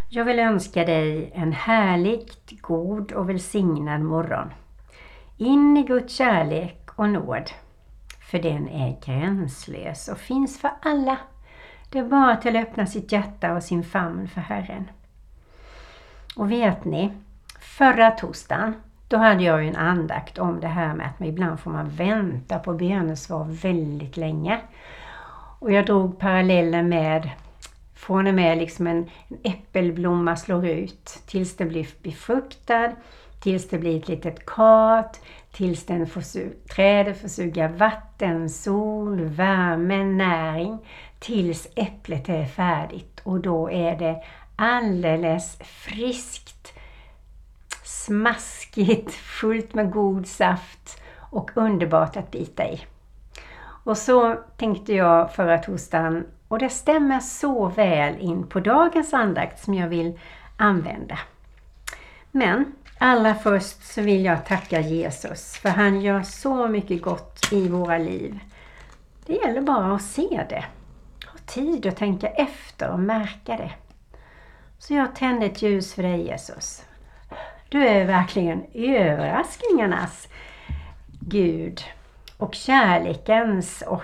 Jag vill önska dig en härligt, god och välsignad morgon. In i Guds kärlek och nåd. För den är gränslös och finns för alla. Det är bara till att öppna sitt hjärta och sin famn för Herren. Och vet ni, förra torsdagen, då hade jag ju en andakt om det här med att ibland får man vänta på bönesvar väldigt länge. Och jag drog parallellen med från och med liksom en äppelblomma slår ut tills det blir befruktad, tills det blir ett litet kat, tills trädet får suga vatten, sol, värme, näring, tills äpplet är färdigt. Och då är det alldeles friskt, smaskigt, fullt med god saft och underbart att bita i. Och så tänkte jag förra torsdagen, och det stämmer så väl in på dagens andakt som jag vill använda. Men allra först så vill jag tacka Jesus, för han gör så mycket gott i våra liv. Det gäller bara att se det. Ha tid att tänka efter och märka det. Så jag tänder ett ljus för dig, Jesus. Du är verkligen överraskningarnas Gud och kärlekens och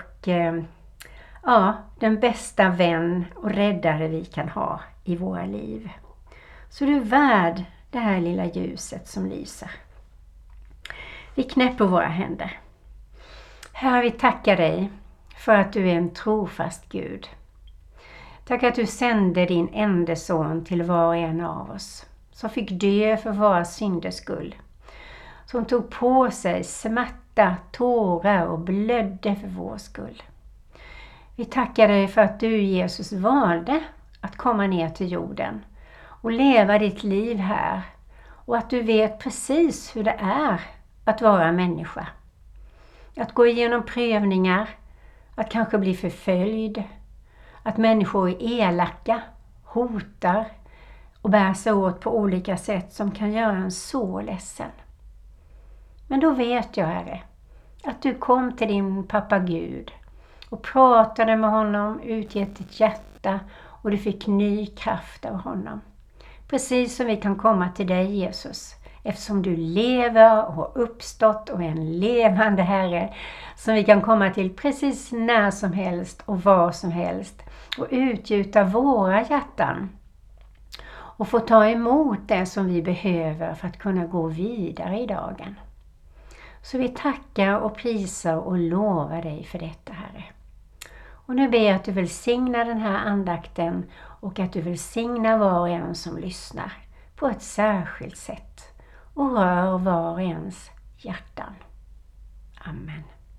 den bästa vän och räddare vi kan ha i våra liv. Så du är värd det här lilla ljuset som lyser. Vi knäpper våra händer. Herre, vi tackar dig för att du är en trofast Gud. Tack att du sände din enda son till var och en av oss, som fick dö för våra synders skull. Som tog på sig smärta, tårar och blödde för vår skull. Vi tackar dig för att du, Jesus, valde att komma ner till jorden och leva ditt liv här. Och att du vet precis hur det är att vara människa. Att gå igenom prövningar, att kanske bli förföljd, att människor är elaka, hotar och bär sig åt på olika sätt som kan göra en så ledsen. Men då vet jag, Herre, att du kom till din pappa Gud och pratade med honom, utgett ditt hjärta, och du fick ny kraft av honom. Precis som vi kan komma till dig, Jesus, eftersom du lever och har uppstått och är en levande Herre som vi kan komma till precis när som helst och var som helst och utgjuta våra hjärtan och få ta emot det som vi behöver för att kunna gå vidare i dagen. Så vi tackar och prisar och lovar dig för detta, Herre. Och nu ber jag att du välsignar den här andakten och att du välsignar var och en som lyssnar på ett särskilt sätt och rör var och ens hjärtan. Amen.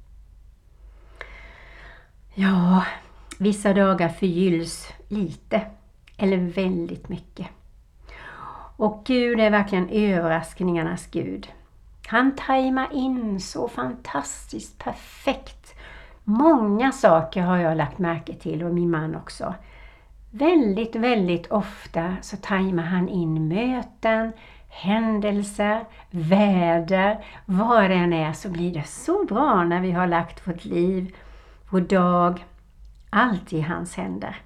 Ja, vissa dagar förgylls lite eller väldigt mycket. Och Gud är verkligen överraskningarnas Gud. Han tajmar in så fantastiskt perfekt. Många saker har jag lagt märke till, och min man också. Väldigt, väldigt ofta så tajmar han in möten, händelser, väder. Vad det än är så blir det så bra när vi har lagt vårt liv, vår dag, allt i hans händer.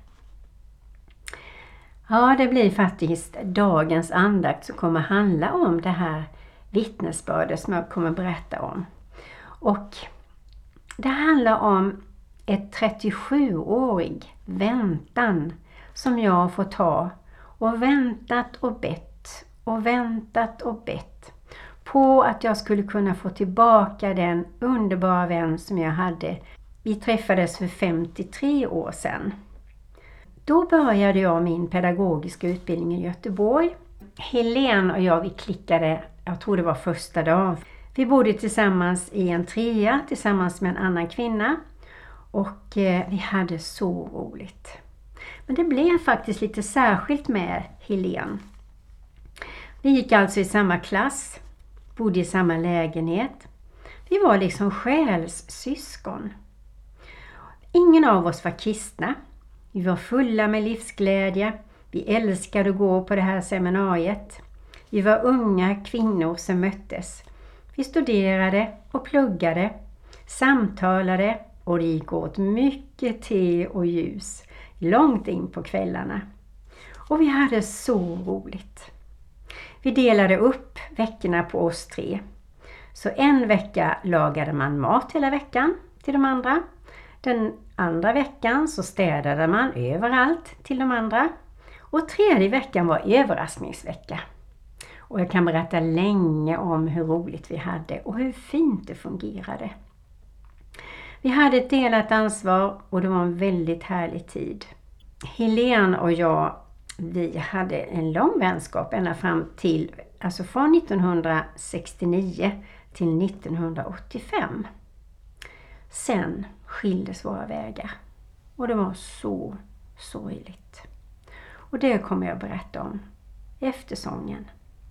Ja, det blir faktiskt dagens andakt som kommer handla om det här vittnesbördet som jag kommer berätta om. Och det handlar om ett 37-årig väntan som jag har fått ha och väntat och bett och väntat och bett på att jag skulle kunna få tillbaka den underbara vän som jag hade. Vi träffades för 53 år sedan. Då började jag min pedagogiska utbildning i Göteborg. Helene och jag, vi klickade, jag tror det var första dagen. Vi bodde tillsammans i en trea tillsammans med en annan kvinna och vi hade så roligt. Men det blev faktiskt lite särskilt med Helene. Vi gick alltså i samma klass, bodde i samma lägenhet. Vi var liksom själssyskon. Ingen av oss var kristna. Vi var fulla med livsglädje. Vi älskade att gå på det här seminariet. Vi var unga kvinnor som möttes. Vi studerade och pluggade, samtalade och det gick åt mycket te och ljus långt in på kvällarna. Och vi hade så roligt. Vi delade upp veckorna på oss 3. Så en vecka lagade man mat hela veckan till de andra. Den andra veckan så städade man överallt till de andra. Och tredje veckan var överraskningsvecka. Och jag kan berätta länge om hur roligt vi hade och hur fint det fungerade. Vi hade ett delat ansvar och det var en väldigt härlig tid. Helene och jag, vi hade en lång vänskap ända fram till, alltså från 1969 till 1985. Sen skildes våra vägar och det var så sorgligt. Och det kommer jag berätta om efter sången.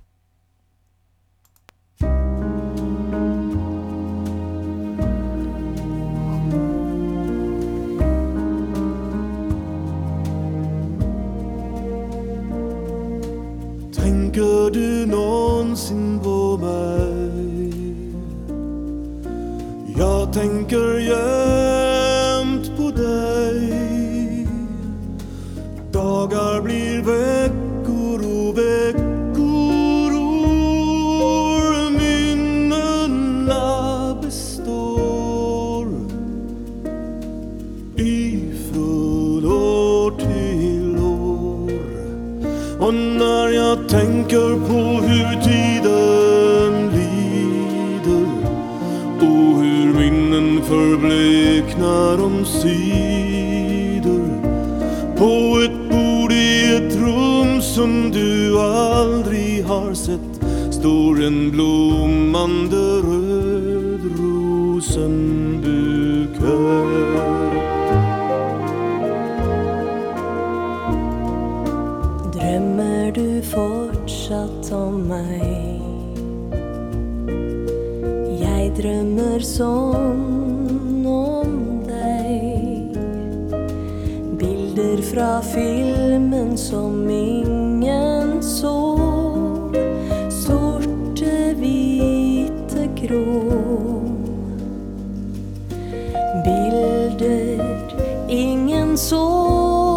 Tänker du någonsin på mig? Jag tänker jämt på dig. Dagar blir veckor och veckor år. Minnena består ifrån år till år. Och när jag tänker på hur tiden lider och hur minnen förbleknar omsider på ett bord i ett rum som du aldrig har sett står en blommande röd rosenbukett. Drömmer du fortsatt om mig? Jag drömmer sån om dig. Bilder från filmen som ingen såg. Sorte, vita, grå. Bilder ingen såg.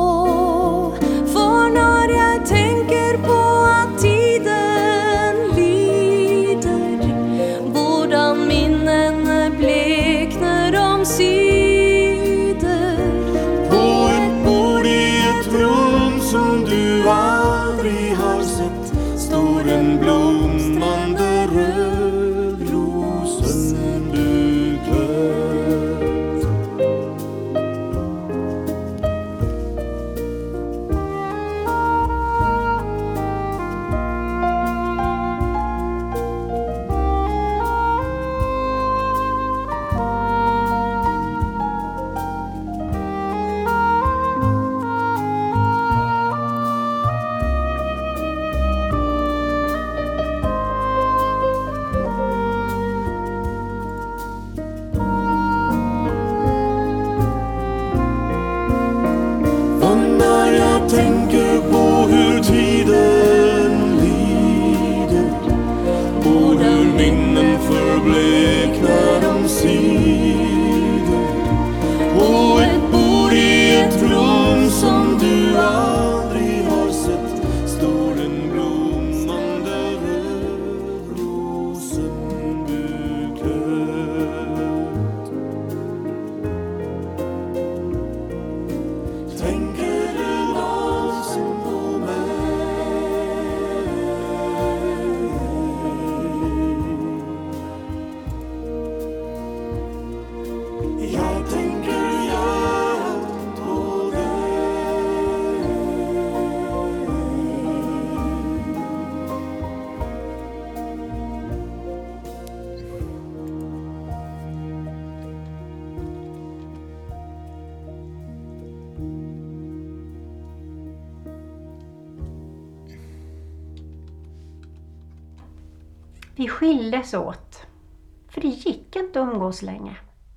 Vi skildes åt, för det gick inte att umgås länge.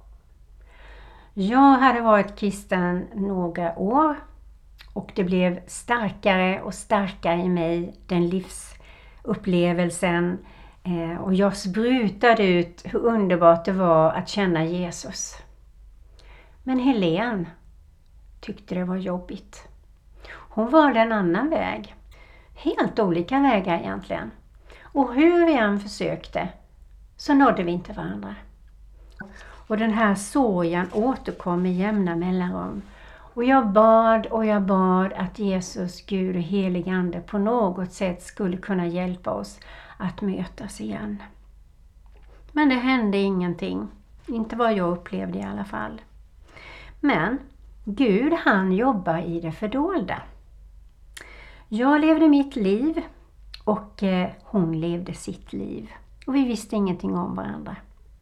Jag hade varit kristen några år och det blev starkare och starkare i mig, den livsupplevelsen. Och jag sprutade ut hur underbart det var att känna Jesus. Men Helene tyckte det var jobbigt. Hon valde en annan väg. Helt olika vägar egentligen. Och hur vi än försökte så nådde vi inte varandra. Och den här sorgen återkom i jämna mellanrum. Och jag bad att Jesus, Gud och helig ande på något sätt skulle kunna hjälpa oss att mötas igen. Men det hände ingenting. Inte vad jag upplevde i alla fall. Men Gud, han jobbar i det fördolda. Jag levde mitt liv och hon levde sitt liv. Och vi visste ingenting om varandra.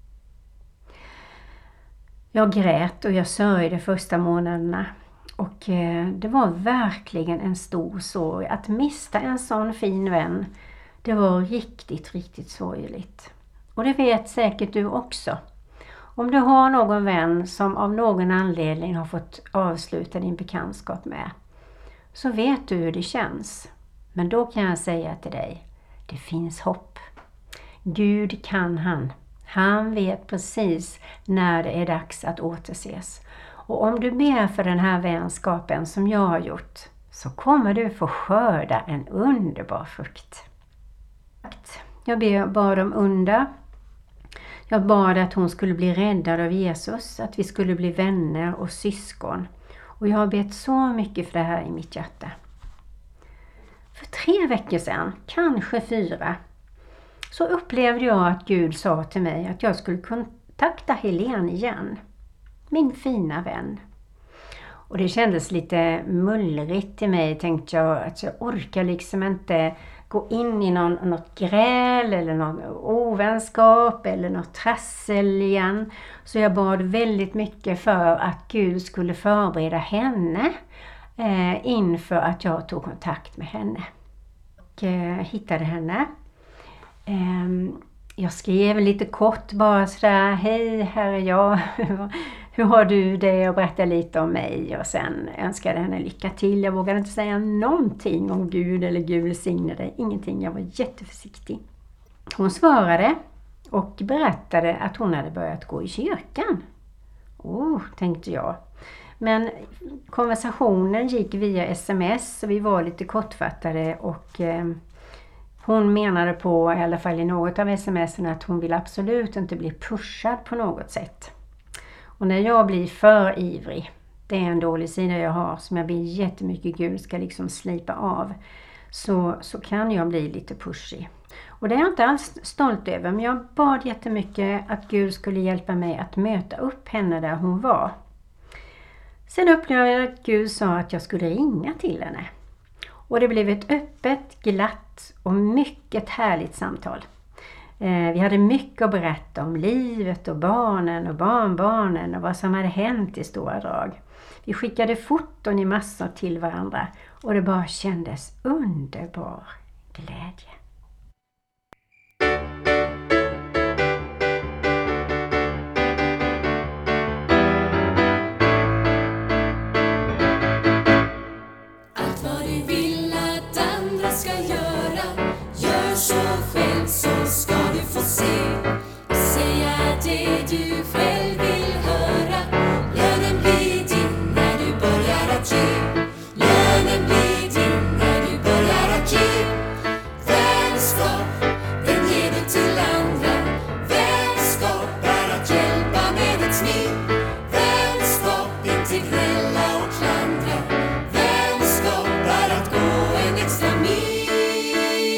Jag grät och jag sörjde första månaderna. Och det var verkligen en stor sorg. Att mista en sån fin vän, det var riktigt, riktigt sorgligt. Och det vet säkert du också. Om du har någon vän som av någon anledning har fått avsluta din bekantskap med, så vet du hur det känns. Men då kan jag säga till dig, det finns hopp. Gud kan han. Han vet precis när det är dags att återses. Och om du ber för den här vänskapen som jag har gjort, så kommer du få skörda en underbar frukt. Jag bad om Unda. Jag bad att hon skulle bli räddad av Jesus, att vi skulle bli vänner och syskon. Och jag har bett så mycket för det här i mitt hjärta. För 3 veckor sedan, kanske 4, så upplevde jag att Gud sa till mig att jag skulle kontakta Helene igen. Min fina vän. Och det kändes lite mullrigt i mig, tänkte jag, att jag orkar liksom inte gå in i något gräl eller någon ovänskap eller något trassel igen. Så jag bad väldigt mycket för att Gud skulle förbereda henne inför att jag tog kontakt med henne. Och hittade henne. Jag skrev lite kort bara sådär, hej, här är jag, hur har du det, och berättade lite om mig, och sen önskade henne lycka till. Jag vågade inte säga någonting om Gud eller Gud välsignade, ingenting, jag var jätteförsiktig. Hon svarade och berättade att hon hade börjat gå i kyrkan. Tänkte jag. Men konversationen gick via sms och vi var lite kortfattade, och hon menade på, i alla fall i något av sms'en, att hon vill absolut inte bli pushad på något sätt. Och när jag blir för ivrig, det är en dålig sida jag har som jag vill jättemycket Gud ska liksom slipa av, så kan jag bli lite pushy. Och det är jag inte alls stolt över, men jag bad jättemycket att Gud skulle hjälpa mig att möta upp henne där hon var. Sen upplevde jag att Gud sa att jag skulle ringa till henne. Och det blev ett öppet, glatt och mycket härligt samtal. Vi hade mycket att berätta om livet och barnen och barnbarnen och vad som hade hänt i stora drag. Vi skickade foton i massor till varandra och det bara kändes underbar glädje. Allt vad du vill att andra ska göra, gör så själv så ska du få se. Och säga det du själv vill höra. Lönen blir din när du börjar att ge. Lönen blir din när du börjar att ge. Vänskap, den ger du till andra. Vänskap är att hjälpa med ett smil. Vänskap, inte gnälla och klandra. Vänskap är att gå en extra mil.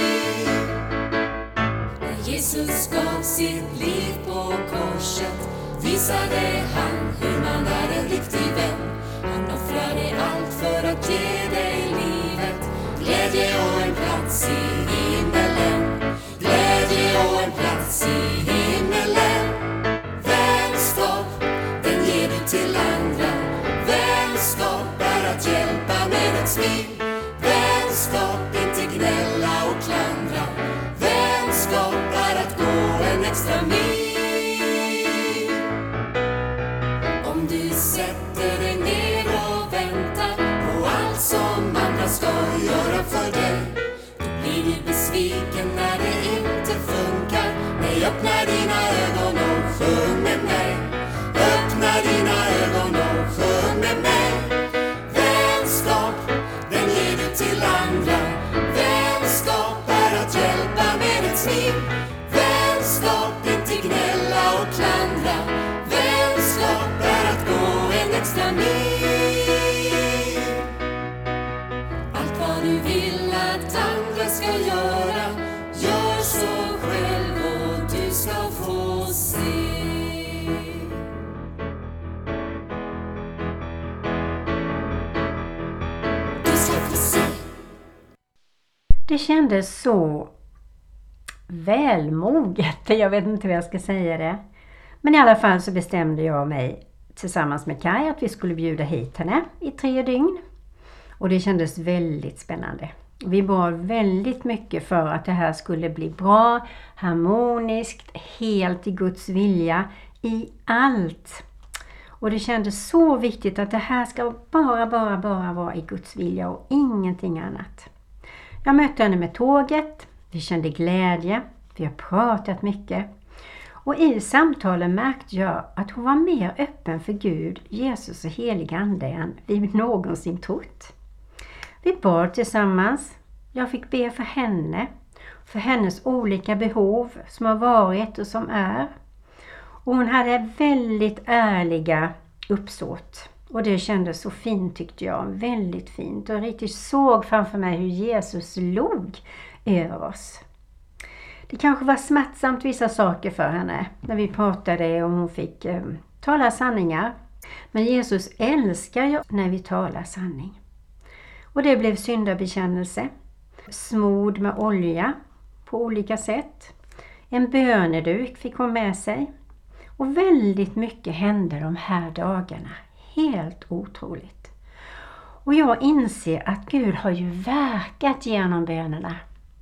När Jesus gav sitt liv på korset visade han hur man är en riktig vän. Han offrade allt för att ge dig livet. Glädje och en plats i himmelen. Glädje och en plats i himmelen. Vänskap, den ger du till andra. Vänskap är att hjälpa med ett smil. Vänskap, inte gnälla och klandra. Vänskap är att gå en extra mil. Om du sätter dig ner och väntar på allt som andra ska göra för dig, då blir du besviken när det inte funkar. Nej, öppna dina ögon och sjung med mig. Öppna dina ögon och sjung med mig. Vänskap, den ger extra mer. Allt vad du vill att andra ska göra, gör så själv och du ska få se. Du ska få se. Det kändes så välmoget, jag vet inte hur jag ska säga det. Men i alla fall så bestämde jag mig tillsammans med Kaj att vi skulle bjuda hit henne i 3 dygn. Och det kändes väldigt spännande. Vi bad väldigt mycket för att det här skulle bli bra, harmoniskt, helt i Guds vilja, i allt. Och det kändes så viktigt att det här ska bara vara i Guds vilja och ingenting annat. Jag mötte henne med tåget, vi kände glädje, vi har pratat mycket. Och i samtalen märkte jag att hon var mer öppen för Gud, Jesus och helig ande än vi någonsin trott. Vi bad tillsammans, jag fick be för henne, för hennes olika behov som har varit och som är. Och hon hade väldigt ärliga uppsåt. Och det kändes så fint tyckte jag, väldigt fint. Och jag riktigt såg framför mig hur Jesus log över oss. Det kanske var smärtsamt vissa saker för henne när vi pratade och hon fick tala sanningar. Men Jesus älskar ju när vi talar sanning. Och det blev syndabekännelse, smord med olja på olika sätt. En böneduk fick hon med sig. Och väldigt mycket hände de här dagarna. Helt otroligt. Och jag inser att Gud har ju verkat genom bönerna.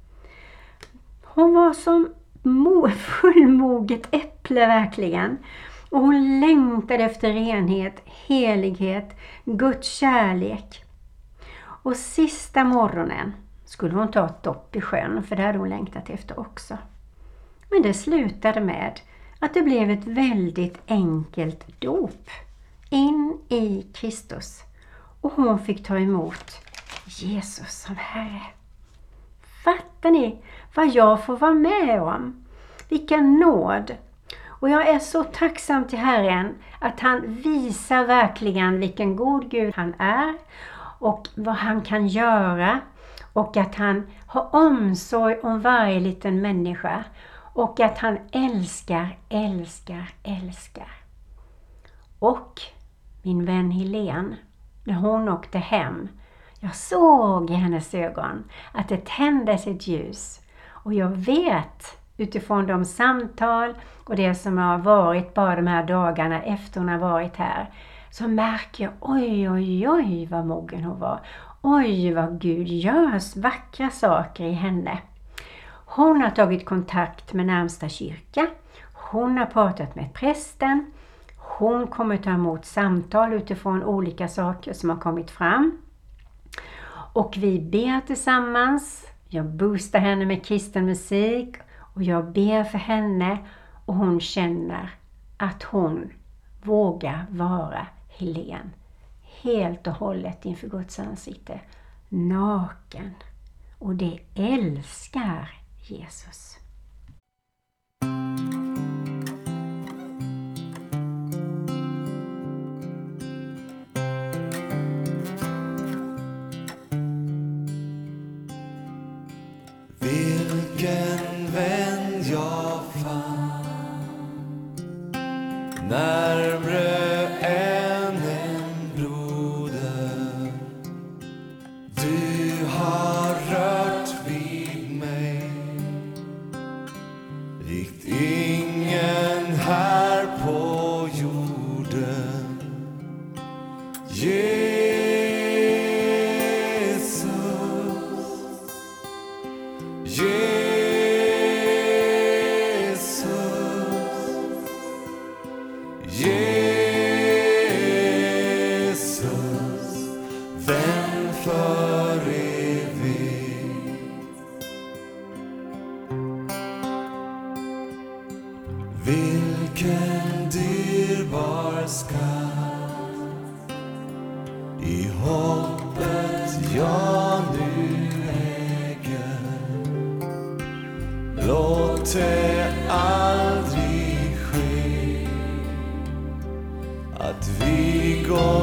Hon var som fullmoget äpple verkligen. Och hon längtade efter renhet, helighet, Guds kärlek. Och sista morgonen skulle hon ta ett dopp i sjön, för det hade hon längtat efter också. Men det slutade med att det blev ett väldigt enkelt dop in i Kristus. Och hon fick ta emot Jesus som Herre. Fattar ni vad jag får vara med om? Vilken nåd! Och jag är så tacksam till Herren att han visar verkligen vilken god Gud han är och vad han kan göra. Och att han har omsorg om varje liten människa. Och att han älskar. Och min vän Helene, när hon åkte hem, jag såg i hennes ögon att det tändes ett ljus. Och jag vet utifrån de samtal och det som har varit bara de här dagarna efter hon har varit här, så märker jag oj vad mogen hon var. Oj vad Gud gör vackra saker i henne. Hon har tagit kontakt med närmsta kyrka. Hon har pratat med prästen. Hon kommer ta emot samtal utifrån olika saker som har kommit fram. Och vi ber tillsammans. Jag boostar henne med kristen musik. Och jag ber för henne. Och hon känner att hon vågar vara Helene. Helt och hållet inför Guds ansikte. Naken. Och det älskar Jesus. Vilken vän jag fann, närmre än en broder. Du har rört vid mig, likt ingen här på jorden. Jesus, vän för evigt. Vilken dyrbar skatt i hoppet jag nu äger. Låt det aldrig ske att vi går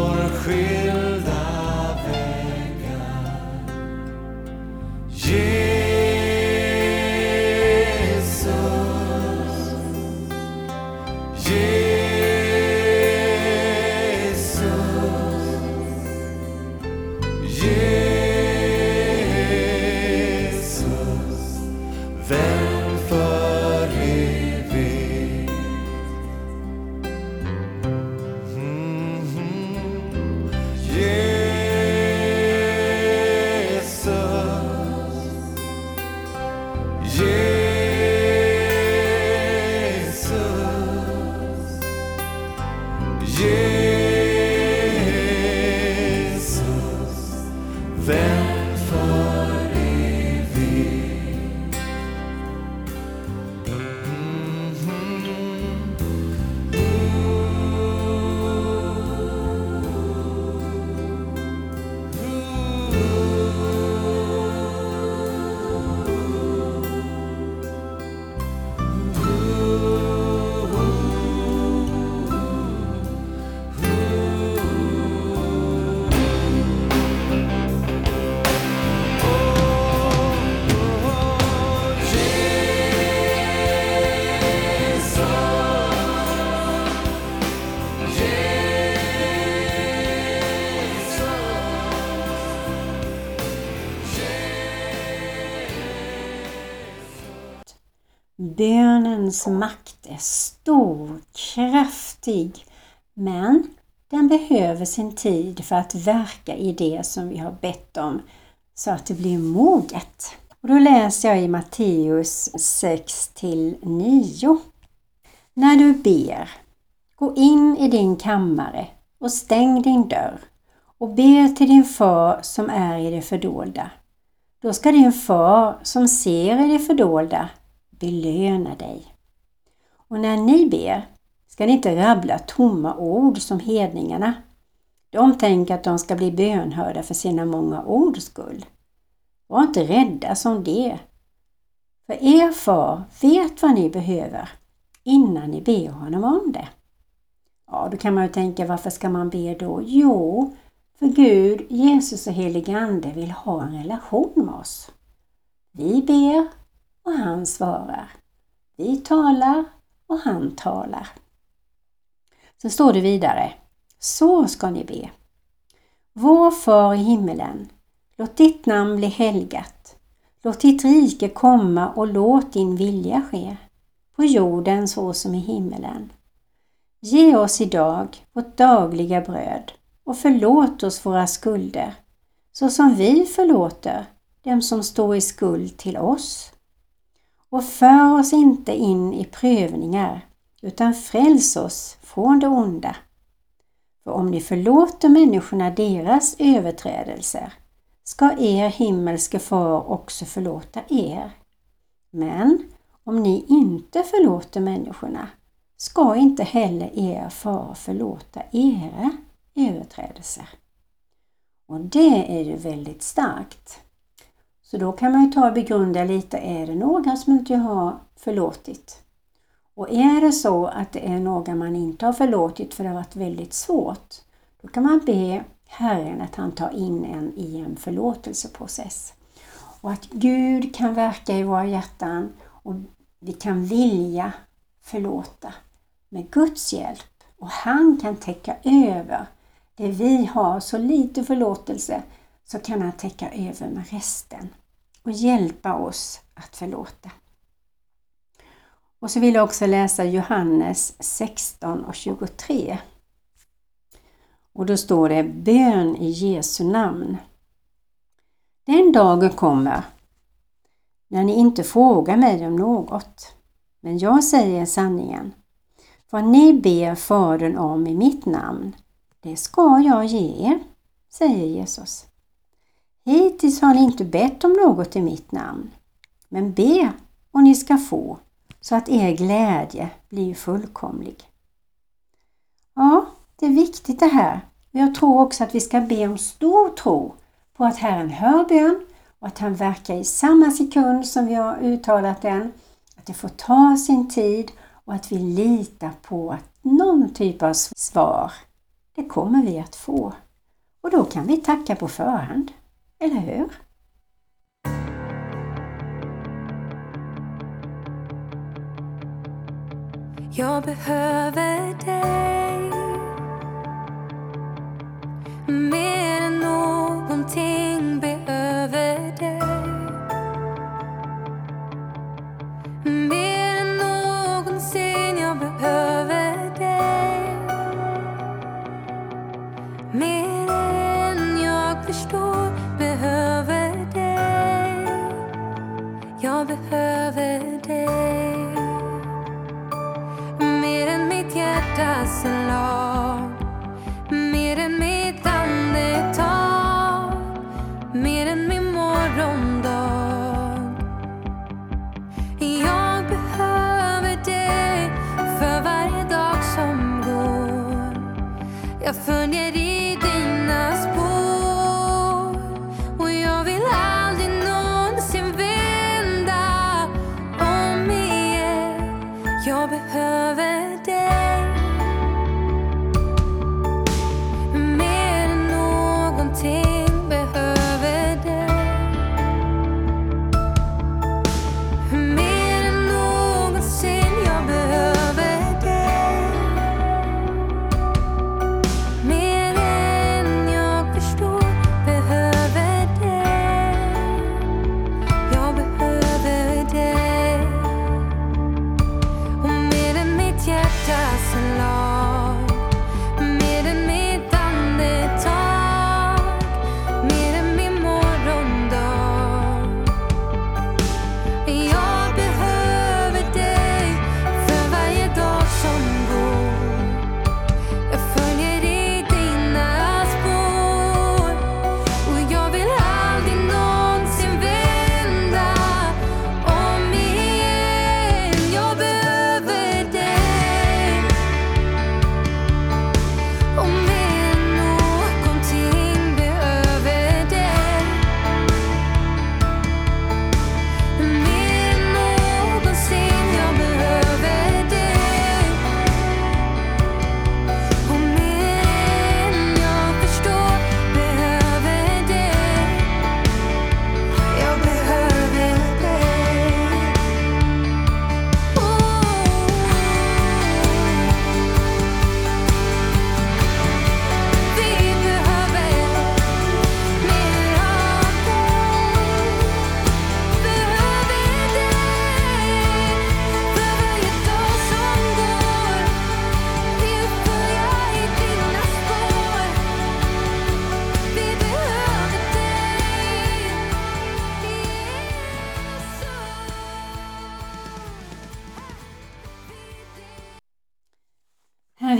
Bönens makt är stor, kraftig, men den behöver sin tid för att verka i det som vi har bett om så att det blir moget. Och då läser jag i Matteus 6-9. När du ber, gå in i din kammare och stäng din dörr och be till din far som är i det fördolda. Då ska din far som ser i det fördolda belöna dig. Och när ni ber ska ni inte rabbla tomma ord som hedningarna. De tänker att de ska bli bönhörda för sina många ords skull. Var inte rädda som det. För er far vet vad ni behöver innan ni ber honom om det. Ja, då kan man ju tänka, varför ska man be då? Jo, för Gud, Jesus och helige ande vill ha en relation med oss. Vi ber och han svarar. Vi talar och han talar. Så står det vidare. Så ska ni be. Vår far i himmelen, låt ditt namn bli helgat. Låt ditt rike komma och låt din vilja ske. På jorden så som i himmelen. Ge oss idag vårt dagliga bröd och förlåt oss våra skulder, så som vi förlåter dem som står i skuld till oss. Och för oss inte in i prövningar, utan fräls oss från det onda. För om ni förlåter människorna deras överträdelser, ska er himmelske far också förlåta er. Men om ni inte förlåter människorna, ska inte heller er far förlåta era överträdelser. Och det är ju väldigt starkt. Så då kan man ju ta och begrunda lite, är det några som inte har förlåtit? Och är det så att det är några man inte har förlåtit för det har varit väldigt svårt, då kan man be Herren att han tar in en i en förlåtelseprocess. Och att Gud kan verka i våra hjärtan och vi kan vilja förlåta med Guds hjälp. Och han kan täcka över det vi har, så lite förlåtelse så kan han täcka över med resten och hjälpa oss att förlåta. Och så vill jag också läsa Johannes 16:23. Och då står det bön i Jesu namn. Den dagen kommer när ni inte frågar mig om något, men jag säger sanningen. Vad ni ber Fadern om i mitt namn, det ska jag ge er, säger Jesus. Hittills har ni inte bett om något i mitt namn, men be och ni ska få, så att er glädje blir fullkomlig. Ja, det är viktigt det här. Jag tror också att vi ska be om stor tro på att Herren hör bön och att han verkar i samma sekund som vi har uttalat den. Att det får ta sin tid och att vi litar på att någon typ av svar, det kommer vi att få. Och då kan vi tacka på förhand, eller hur? Jag behöver dig mer än någonting, behöver dig mer än någonsin. Jag behöver dig mer än jag förstår, behöver dig. Jag behöver dig mer än mitt hjärtas slag, mer än mitt andetag, mer än min morgondag. Jag behöver dig för varje dag som går. Jag följer i dina spår och jag vill aldrig någonsin vända om igen. Jag behöver dig mer än någonting, behöver dig mer än någonsin. Jag behöver dig mer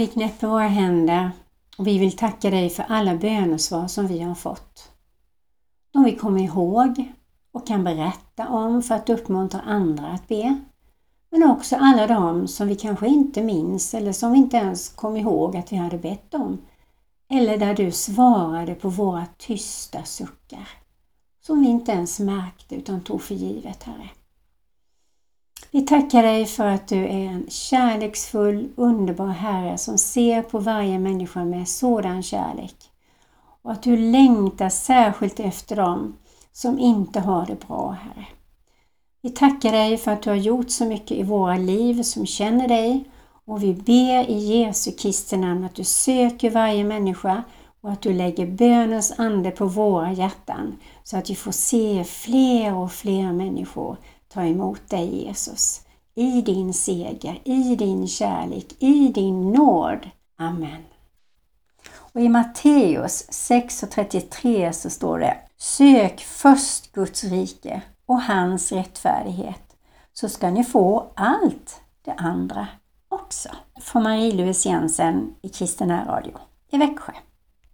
vi knäpper våra händer och vi vill tacka dig för alla bönesvar som vi har fått. De vi kommer ihåg och kan berätta om för att uppmuntra andra att be. Men också alla de som vi kanske inte minns eller som vi inte ens kom ihåg att vi hade bett om. Eller där du svarade på våra tysta suckar. Som vi inte ens märkte utan tog för givet, Herre. Vi tackar dig för att du är en kärleksfull, underbar Herre som ser på varje människa med sådan kärlek. Och att du längtar särskilt efter dem som inte har det bra, Herre. Vi tackar dig för att du har gjort så mycket i våra liv som känner dig. Och vi ber i Jesu Kristi namn att du söker varje människa och att du lägger bönens ande på våra hjärtan så att vi får se fler och fler människor ta emot dig, Jesus. I din seger, i din kärlek, i din nåd. Amen. Och i Matteus 6:33 så står det: Sök först Guds rike och hans rättfärdighet, så ska ni få allt det andra också. Från Marie-Louise Jensen i Kristen Radio i Växjö.